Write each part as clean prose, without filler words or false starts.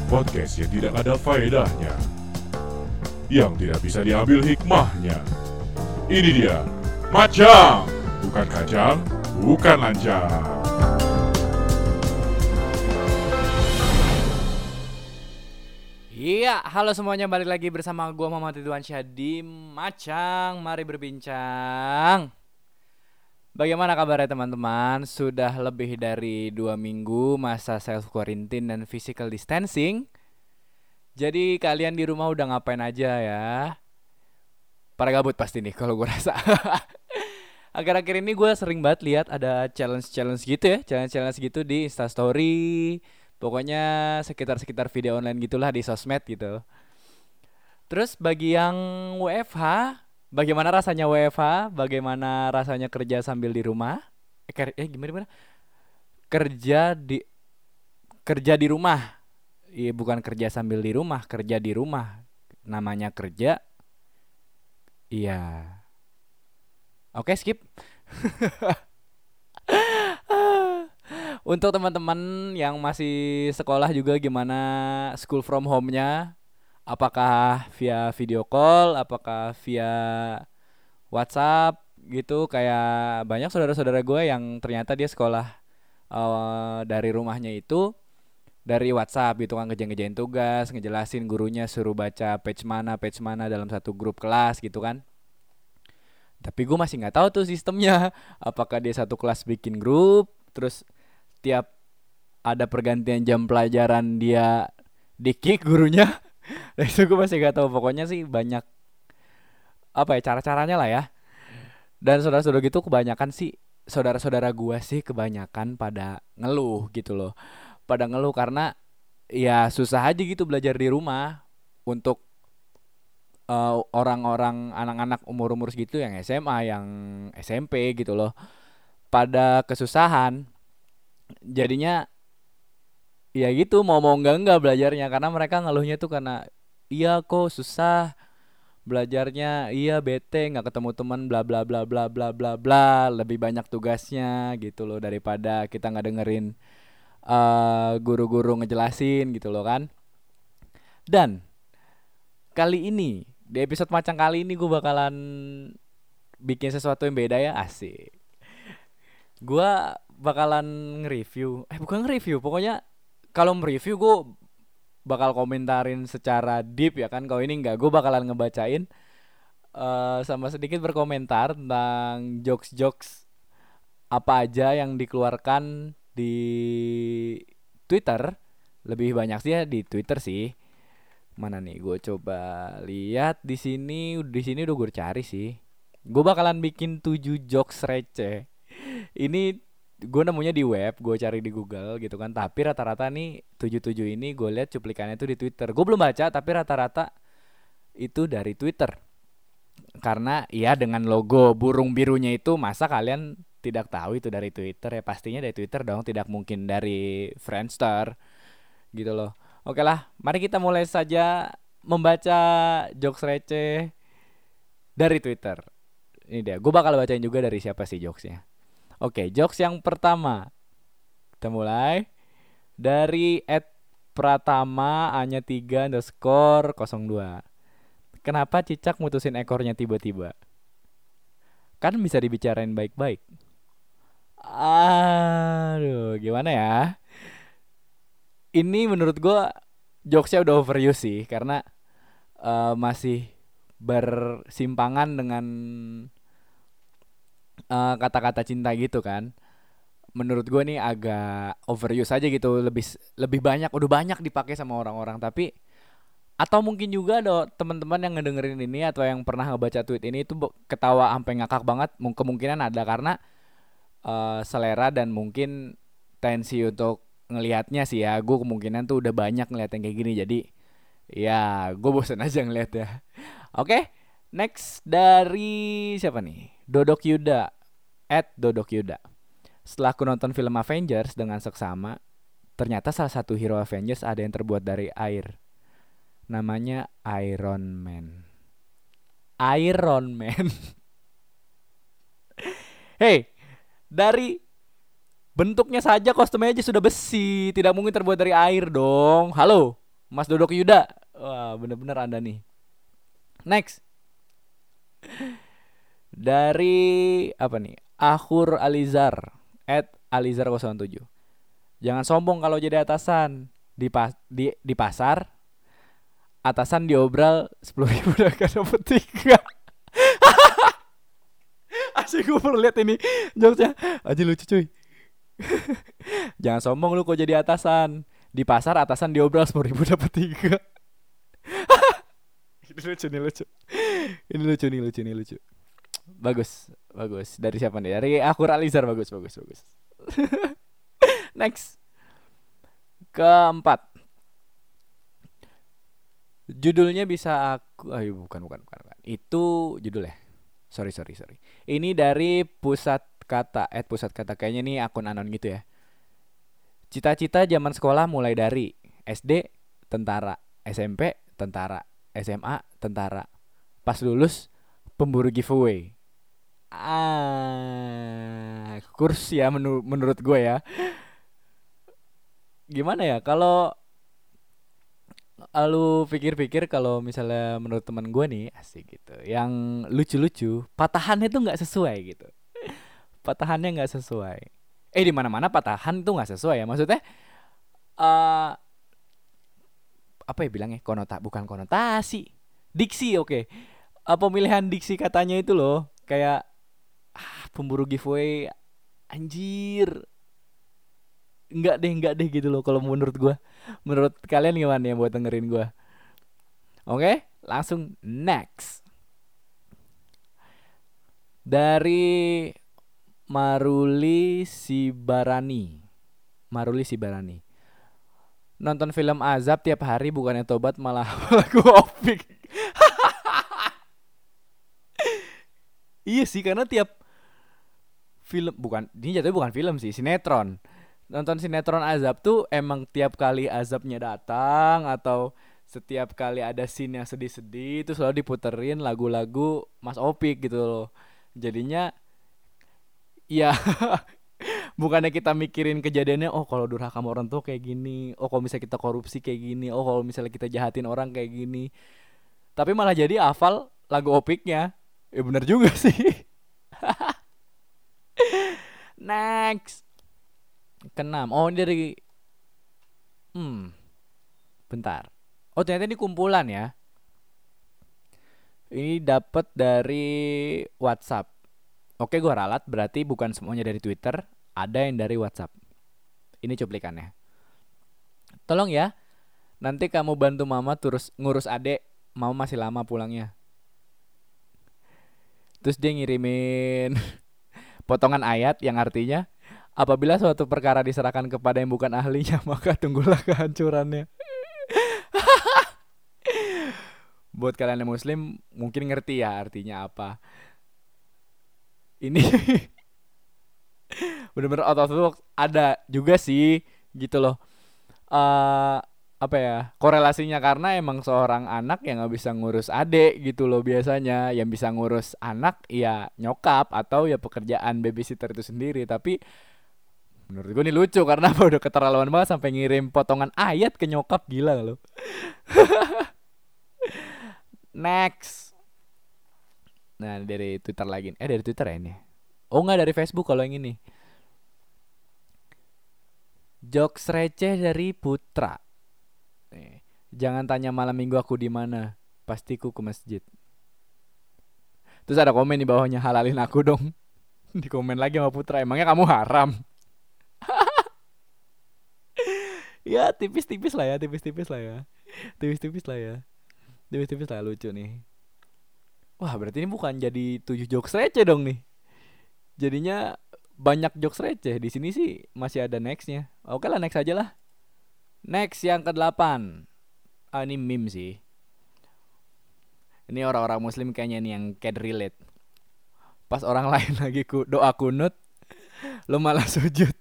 Podcast yang tidak ada faedahnya, yang tidak bisa diambil hikmahnya. Ini dia, Macang, bukan kacang, bukan lancang. Iya, halo semuanya, balik lagi bersama gue Muhammad Ridwan Syah di Macang. Mari berbincang. Bagaimana kabarnya teman-teman? Sudah lebih dari 2 minggu masa self quarantine dan physical distancing. Jadi kalian di rumah udah ngapain aja ya? Para gabut pasti nih kalau gue rasa. Akhir-akhir ini gue sering banget lihat ada challenge-challenge gitu ya, challenge-challenge gitu di Instastory. Pokoknya sekitar-sekitar video online gitulah di sosmed gitu. Terus bagi yang WFH, bagaimana rasanya WFH? Bagaimana rasanya kerja sambil di rumah? Gimana? Kerja di kerja di rumah. Iya, bukan kerja sambil di rumah, kerja di rumah. Namanya kerja. Iya. Oke, skip. Untuk teman-teman yang masih sekolah juga gimana school from home-nya? Apakah via video call, apakah via WhatsApp gitu? Kayak banyak saudara-saudara gue yang ternyata dia sekolah dari rumahnya itu dari WhatsApp gitu kan, ngejain tugas, ngejelasin gurunya suruh baca page mana dalam satu grup kelas gitu kan. Tapi gue masih nggak tahu tuh sistemnya. Apakah dia satu kelas bikin grup, terus tiap ada pergantian jam pelajaran dia di-kick gurunya. Nah, itu gue masih nggak tahu. Pokoknya sih banyak apa ya cara-caranya lah ya. Dan saudara-saudara gitu kebanyakan sih, saudara-saudara gue sih kebanyakan pada ngeluh gitu loh. Pada ngeluh karena ya susah aja gitu belajar di rumah untuk orang-orang anak-anak umur-umur segitu yang SMA, yang SMP gitu loh. Pada kesusahan. Jadinya ya gitu mau enggak belajarnya karena mereka ngeluhnya tuh karena iya kok susah belajarnya, iya bete nggak ketemu teman, bla bla bla bla bla bla bla, lebih banyak tugasnya gitu loh daripada kita nggak dengerin guru-guru ngejelasin gitu loh kan. Dan kali ini di episode Macang kali ini gue bakalan bikin sesuatu yang beda ya, asik. Gue bakalan bukan nge-review, pokoknya kalau mereview gue bakal komentarin secara deep ya kan. Kalau ini enggak, gue bakalan ngebacain sama sedikit berkomentar tentang jokes-jokes apa aja yang dikeluarkan di Twitter. Lebih banyak sih ya di Twitter sih. Mana nih? Gue coba lihat di sini. Di sini udah gue cari sih. Gue bakalan bikin 7 jokes receh. Ini gue nemunya di web, gue cari di Google gitu kan. Tapi rata-rata nih 77 ini gue lihat cuplikannya tuh di Twitter. Gue belum baca tapi rata-rata itu dari Twitter. Karena ya dengan logo burung birunya itu masa kalian tidak tahu itu dari Twitter? Ya pastinya dari Twitter dong, tidak mungkin dari Friendster gitu loh. Oke lah, mari kita mulai saja membaca jokes receh dari Twitter. Ini dia, gue bakal bacain juga dari siapa sih jokesnya. Oke, jokes yang pertama. Kita mulai dari @pratama hanya 3_02. Kenapa cicak mutusin ekornya tiba-tiba? Kan bisa dibicarain baik-baik. Aduh, gimana ya? Ini menurut gue jokesnya udah overuse sih, karena masih bersimpangan dengan kata-kata cinta gitu kan. Menurut gue nih agak overuse aja gitu, lebih banyak, udah banyak dipakai sama orang-orang. Tapi atau mungkin juga ada teman-teman yang ngedengerin ini atau yang pernah ngebaca tweet ini itu ketawa sampai ngakak banget. Kemungkinan ada karena selera dan mungkin tensi untuk ngelihatnya sih ya. Gue kemungkinan tuh udah banyak ngeliat yang kayak gini, jadi ya gue bosan aja ngeliat ya. Oke, next dari siapa nih? Dodok Yuda @Dodok Yuda. Setelah aku nonton film Avengers dengan seksama, ternyata salah satu hero Avengers ada yang terbuat dari air. Namanya Iron Man. Iron Man. Hey, dari bentuknya saja kostumnya aja sudah besi, tidak mungkin terbuat dari air dong. Halo. Mas Dodok Yuda. Wah, bener-bener Anda nih. Next. Dari apa nih? Akhur Alizar @alizar07. Jangan sombong kalau jadi atasan. Di pasar atasan diobral 10.000 udah gak dapet 3. Asik, gue perlu lihat ini jokesnya. Aja lucu cuy. Jangan sombong lu kok jadi atasan. Di pasar atasan diobral 10.000 dapet 3. Ini lucu nih, lucu. Ini lucu nih, lucu nih, lucu. Bagus, bagus. Dari siapa nih? Dari Akhur Alizar. Bagus, bagus, bagus. Next. Keempat. Judulnya bisa aku, bukan. Itu judulnya. Sorry. Ini dari pusat kata, pusat kata, kayaknya nih akun anon gitu ya. Cita-cita zaman sekolah mulai dari SD tentara, SMP tentara, SMA tentara. Pas lulus pemburu giveaway. Kurs ya menurut gue ya. Gimana ya kalau lu pikir-pikir, kalau misalnya menurut teman gue nih, asik gitu, yang lucu-lucu, patahannya tuh nggak sesuai gitu. Patahannya nggak sesuai. Di mana-mana patahan tuh nggak sesuai ya. Maksudnya eh apa ya bilangnya? Bukan konotasi. Diksi, oke. Pemilihan diksi katanya itu loh, kayak pemburu giveaway, anjir. Enggak deh gitu loh kalau menurut gua. Menurut kalian gimana ya buat dengerin gua? Oke, langsung next. Dari Maruli Sibarani. Nonton film azab tiap hari bukannya tobat malah lagu opik. Iya sih, karena tiap film, ini jatuhnya bukan film sih, sinetron. Nonton sinetron azab tuh emang tiap kali azabnya datang atau setiap kali ada scene yang sedih-sedih itu selalu diputerin lagu-lagu Mas Opik gitu loh. Jadinya ya bukannya kita mikirin kejadiannya, oh kalau durhaka sama orang tua kayak gini, oh kalau misalnya kita korupsi kayak gini, oh kalau misalnya kita jahatin orang kayak gini. Tapi malah jadi hafal lagu Opiknya. Ya bener juga sih. Next. Keenam. Oh, ini dari bentar. Oh, ternyata ini kumpulan ya. Ini dapat dari WhatsApp. Oke, gue ralat, berarti bukan semuanya dari Twitter, ada yang dari WhatsApp. Ini cuplikannya. Tolong ya, nanti kamu bantu mama terus ngurus adek, mama masih lama pulangnya. Terus dia ngirimin potongan ayat yang artinya, apabila suatu perkara diserahkan kepada yang bukan ahlinya, maka tunggulah kehancurannya. Buat kalian yang muslim mungkin ngerti ya artinya apa. Ini bener-bener out of the box. Ada juga sih gitu loh. Apa ya, korelasinya, karena emang seorang anak yang nggak bisa ngurus adik gitu loh. Biasanya yang bisa ngurus anak ya nyokap atau ya pekerjaan babysitter itu sendiri. Tapi menurut gue ini lucu karena apa, udah keterlaluan banget sampai ngirim potongan ayat ke nyokap, gila loh. Next. Nah, dari Twitter lagi. Dari Twitter ya ini. Oh, enggak, dari Facebook kalau yang ini. Jokes receh dari Putra. Nih. Jangan tanya malam minggu aku di mana. Pastiku ke masjid. Terus ada komen di bawahnya, halalin aku dong. Di komen lagi sama Putra, emangnya kamu haram? Ya tipis-tipis lah ya. Tipis-tipis lah, lucu nih. Wah, berarti ini bukan jadi 7 jokes receh dong nih. Jadinya banyak jokes receh. Di sini sih masih ada nextnya. Oke lah, next aja lah. Next yang ke-8. Ini meme sih. Ini orang-orang muslim kayaknya nih yang can relate. Pas orang lain lagi doa kunut, lo malah sujud.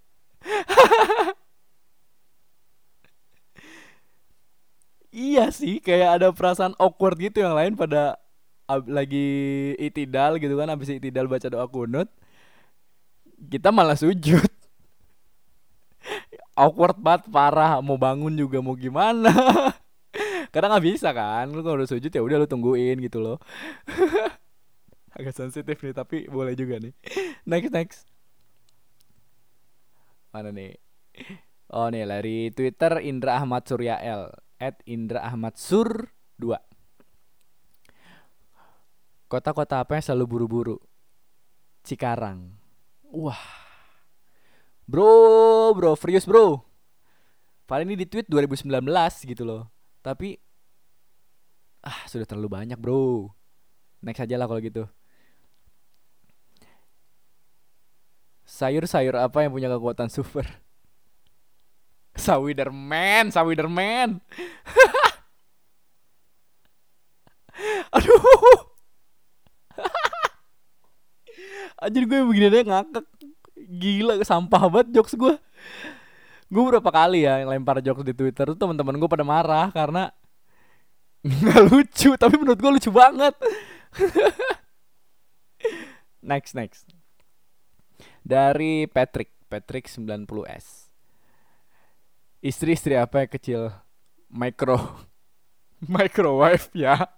Iya sih, kayak ada perasaan awkward gitu, yang lain pada lagi itidal gitu kan, habis itidal baca doa kunut, kita malah sujud. awkward banget parah, mau bangun juga mau gimana. Kadang nggak bisa kan, lu kalau udah sujud ya udah lu tungguin gitu loh. Agak sensitif nih tapi boleh juga nih. Next. Mana nih? Oh nih dari Twitter Indra Ahmad Surya L @Indra Ahmad Sur 2. Kota-kota apa yang selalu buru-buru? Cikarang. Wah, bro, serius bro. Paling ini di tweet 2019 gitu loh. Tapi sudah terlalu banyak bro. Next aja lah kalau gitu. Sayur-sayur apa yang punya kekuatan super? Sawiderman. Aduh, anjir gue begini aja ngakak. Gila, sampah banget jokes gue. Gue berapa kali ya yang lempar jokes di Twitter tuh teman-teman gue pada marah karena nggak lucu, tapi menurut gue lucu banget. Next. Dari Patrick 90S. Istri apa yang kecil? Microwave ya.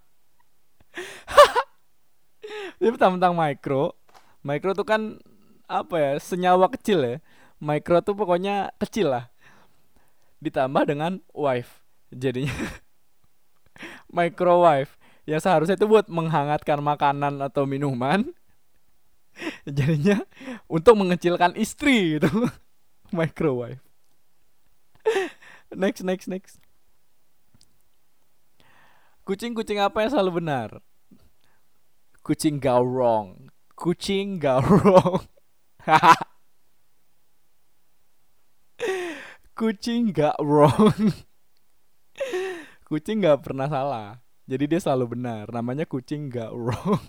Jadi tentang micro tuh kan apa ya, senyawa kecil ya. Micro tuh pokoknya kecil lah. Ditambah dengan wife. Jadinya microwave. Yang seharusnya itu buat menghangatkan makanan atau minuman. Jadinya untuk mengecilkan istri gitu. Microwave. Next. Kucing apa yang selalu benar? Kucing gaurong. Kucing gaurong. Kucing gak pernah salah. Jadi dia selalu benar. Namanya kucing gaurong.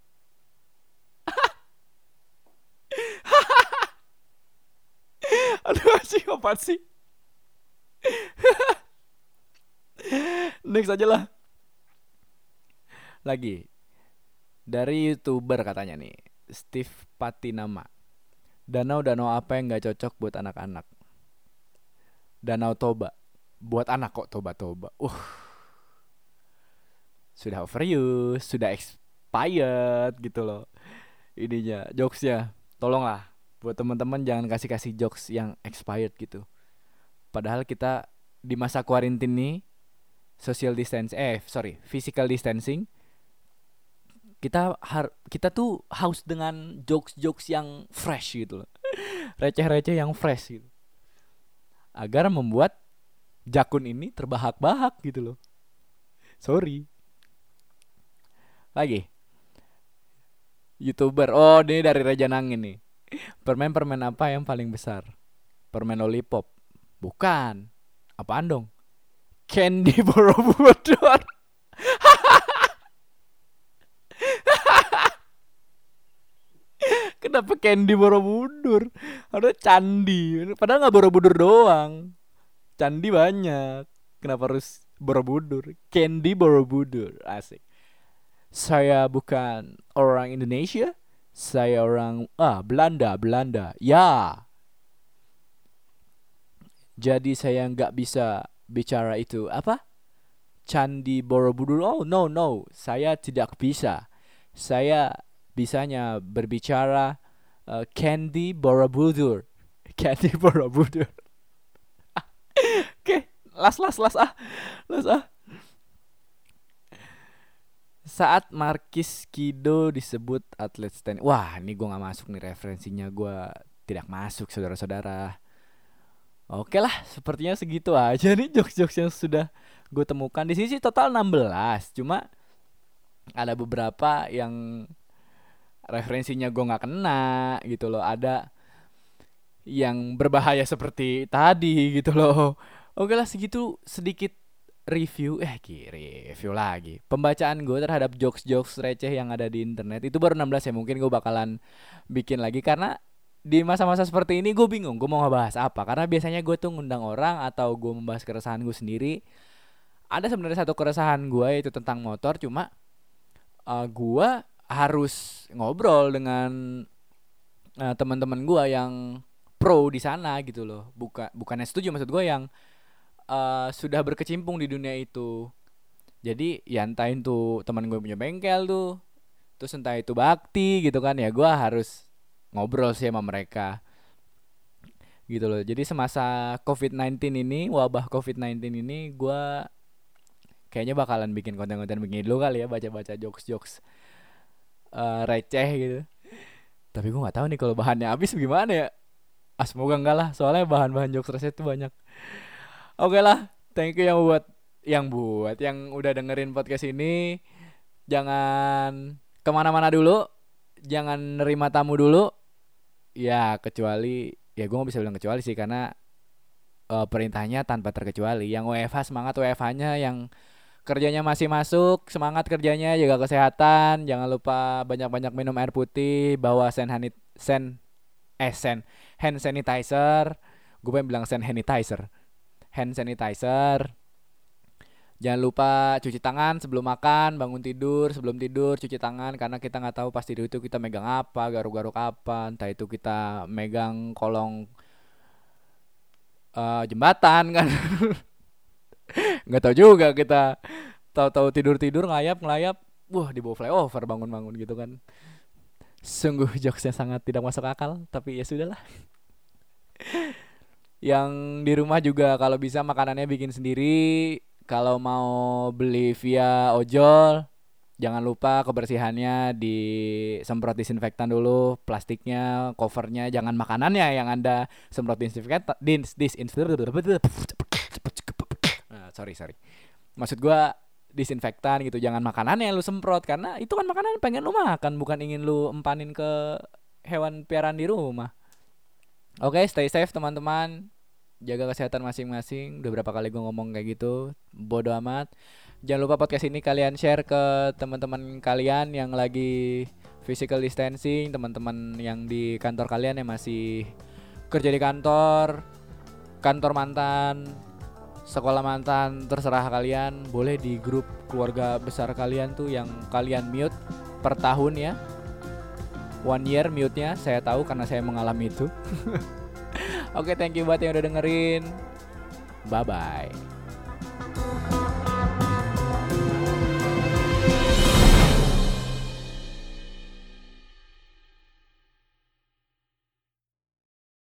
Aduh, apa sih? Next aja lah. Lagi dari YouTuber katanya nih, Steve Patinama. Danau apa yang gak cocok buat anak-anak? Danau Toba. Buat anak kok Toba. Sudah overuse, sudah expired gitu loh. Ininya, jokesnya. Tolonglah buat teman-teman jangan kasih jokes yang expired gitu. Padahal kita di masa quarantine nih, physical distancing. Kita tuh haus dengan jokes yang fresh gitu loh. Receh-receh yang fresh gitu. Agar membuat jakun ini terbahak-bahak gitu loh. Sorry. Lagi. YouTuber. Oh, ini dari Reja Nangin nih. Permen apa yang paling besar? Permen lollipop. Bukan. Apaan dong? Candy Borobudur. Kenapa Candy Borobudur? Ada candi. Padahal nggak Borobudur doang. Candi banyak. Kenapa harus Borobudur? Candy Borobudur. Asik. Saya bukan orang Indonesia. Saya orang Belanda. Ya. Jadi saya nggak bisa bicara itu apa? Candi Borobudur. Oh no. Saya tidak bisa. Saya bisanya berbicara Candy Borobudur. Candy Borobudur. Oke, las ah. Saat Markis Kido disebut atlet stand. Wah, ini gue gak masuk nih referensinya. Gue tidak masuk, saudara-saudara. Oke lah, sepertinya segitu aja nih jokes-jokes yang sudah gue temukan. Di sini sih total 16. Cuma ada beberapa yang referensinya gue gak kena gitu loh. Ada yang berbahaya seperti tadi gitu loh. Oke lah, segitu sedikit review lagi. Pembacaan gue terhadap jokes receh yang ada di internet. Itu baru 16 ya. Mungkin gue bakalan bikin lagi karena di masa-masa seperti ini gue bingung gue mau ngebahas apa. Karena biasanya gue tuh ngundang orang atau gue membahas keresahan gue sendiri. Ada sebenarnya satu keresahan gue yaitu tentang motor. Cuma gue harus ngobrol dengan teman-teman gue yang pro di sana gitu loh. Bukannya setuju, maksud gue yang sudah berkecimpung di dunia itu. Jadi ya entah itu teman gue punya bengkel tuh, terus entah itu bakti gitu kan, ya gue harus ngobrol sih sama mereka gitu loh. Jadi semasa COVID-19 ini, wabah COVID-19 ini, gue kayaknya bakalan bikin konten-konten begini dulu kali ya, baca-baca jokes-jokes receh gitu. Tapi gue nggak tahu nih kalau bahannya habis gimana ya. Semoga enggak lah, soalnya bahan-bahan jokes receh itu banyak. Oke lah, thank you yang udah dengerin podcast ini. Jangan kemana-mana dulu, jangan nerima tamu dulu. Ya kecuali, ya gue nggak bisa bilang kecuali sih, karena perintahnya tanpa terkecuali. Yang WFH semangat WFH-nya, yang kerjanya masih masuk semangat kerjanya, jaga kesehatan, jangan lupa banyak-banyak minum air putih, bawa hand sanitizer. Gue pengen bilang hand sanitizer. Jangan lupa cuci tangan sebelum makan, bangun tidur, sebelum tidur cuci tangan, karena kita nggak tahu pas tidur itu kita megang apa, garuk-garuk apa, entah itu kita megang kolong jembatan kan. Nggak tahu juga, kita tahu-tahu tidur ngelayap, wah dibawa flyover bangun-bangun gitu kan. Sungguh jokesnya sangat tidak masuk akal, tapi ya sudahlah. Yang di rumah juga kalau bisa makanannya bikin sendiri. Kalau mau beli via ojol, jangan lupa kebersihannya disemprot disinfektan dulu, plastiknya, covernya, jangan makanannya yang Anda semprot disinfektan. Sorry. Maksud gua disinfektan gitu, jangan makanannya lu semprot, karena itu kan makanan pengen lu makan, bukan ingin lu empanin ke hewan piaraan di rumah. Oke, stay safe teman-teman. Jaga kesehatan masing-masing. Udah berapa kali gue ngomong kayak gitu, bodo amat. Jangan lupa podcast ini kalian share ke teman-teman kalian yang lagi physical distancing, teman-teman yang di kantor kalian yang masih kerja di kantor mantan, sekolah mantan, terserah kalian. Boleh di grup keluarga besar kalian tuh yang kalian mute per tahun ya. 1 year mute-nya, saya tahu karena saya mengalami itu. Oke, thank you buat yang udah dengerin. Bye-bye.